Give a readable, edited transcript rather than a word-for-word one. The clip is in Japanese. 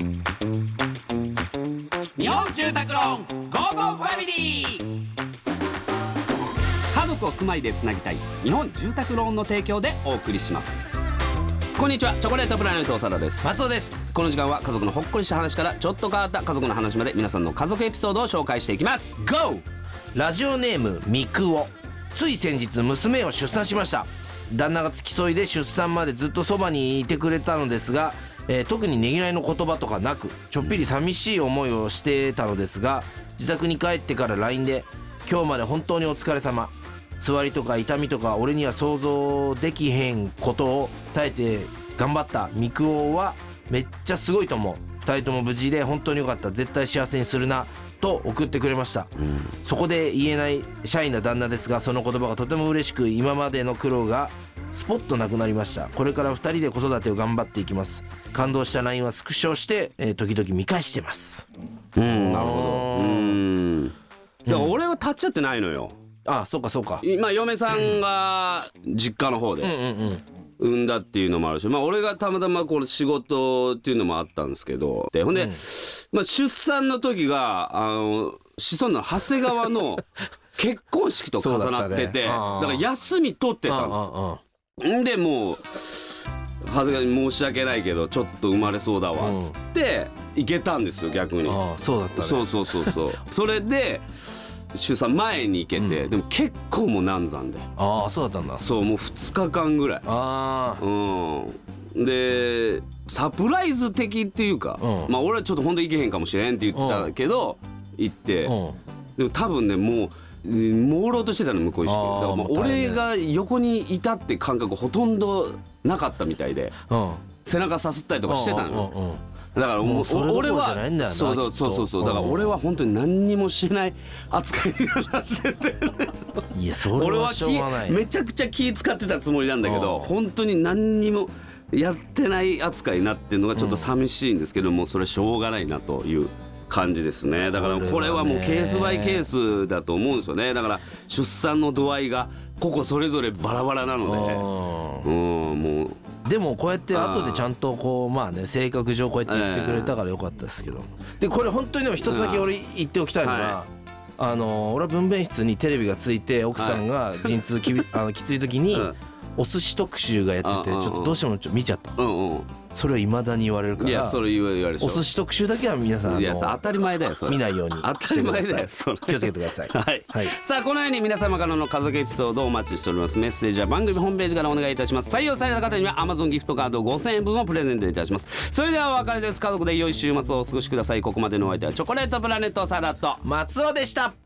日本住宅ローンゴーゴーファミリー。家族を住まいでつなぎたい日本住宅ローンの提供でお送りします。こんにちは、チョコレートプラネット長田です。 松尾です。 この時間は家族のほっこりした話からちょっと変わった家族の話まで皆さんの家族エピソードを紹介していきます。 GO! ラジオネームみくお。つい先日娘を出産しました。旦那が付き添いで出産までずっとそばにいてくれたのですが、特にねぎらいの言葉とかなくちょっぴり寂しい思いをしてたのですが、自宅に帰ってから LINE で今日まで本当にお疲れ様、つわりとか痛みとか俺には想像できへんことを耐えて頑張ったみくおはめっちゃすごいと思う、2人とも無事で本当によかった、絶対幸せにするなと送ってくれました、そこで言えないシャイな旦那ですが、その言葉がとても嬉しく今までの苦労がスポッとなくなりました。これから2人で子育てを頑張っていきます。感動した LINE はスクショして、時々見返してます。 なるほど。だから俺は立ち会ってないのよ。 あ、そうかそうか。 今嫁さんが実家の方で産んだっていうのもあるし、俺がたまたまこの仕事っていうのもあったんですけど、でほんで、出産の時が子孫の長谷川の結婚式と重なってて、だから休み取ってたんです。んでもう長谷川に申し訳ないけどちょっと生まれそうだわっつって行けたんですよ、逆に。 そうだったね。 そうそれで出産前に行けて、でも結構もう難産で。 そうだったんだ。 そう、もう2日間ぐらい。でサプライズ的っていうか、俺はちょっと本当行けへんかもしれんって言ってたけど行って、でも多分ねもう朦朧としてたの向こう意識。だからもう俺が横にいたって感覚ほとんどなかったみたいで、背中さすったりとかしてたのよ。だからもう俺はそうだから俺は本当に何にもしない扱いになってていやそれはしょうがない。 俺はめちゃくちゃ気使ってたつもりなんだけど、本当に何にもやってない扱いになってるのがちょっと寂しいんですけども、それしょうがないなという感じですね。だからこれはもうケースバイケースだと思うんですよね。だから出産の度合いが個々それぞれバラバラなので、もうでもこうやって後でちゃんとこう性格上こうやって言ってくれたからよかったですけど、でこれ本当にでも一つだけ俺言っておきたいのが、俺は分娩室にテレビがついて奥さんが陣痛きつい時にお寿司特集がやっててちょっとどうしても見ちゃった。それは未だに言われるから。 いやそれ言われるでしょ。 お寿司特集だけは皆さん当たり前だよそれ。 見ないように当たり前だよそれ。 気をつけてください。 はい、さあこのように皆様からの家族エピソードをお待ちしております。メッセージは番組ホームページからお願いいたします。採用された方には Amazon ギフトカード5000円分をプレゼントいたします。それではお別れです。家族で良い週末をお過ごしください。ここまでのお相手はチョコレートプラネットサラット松尾でした。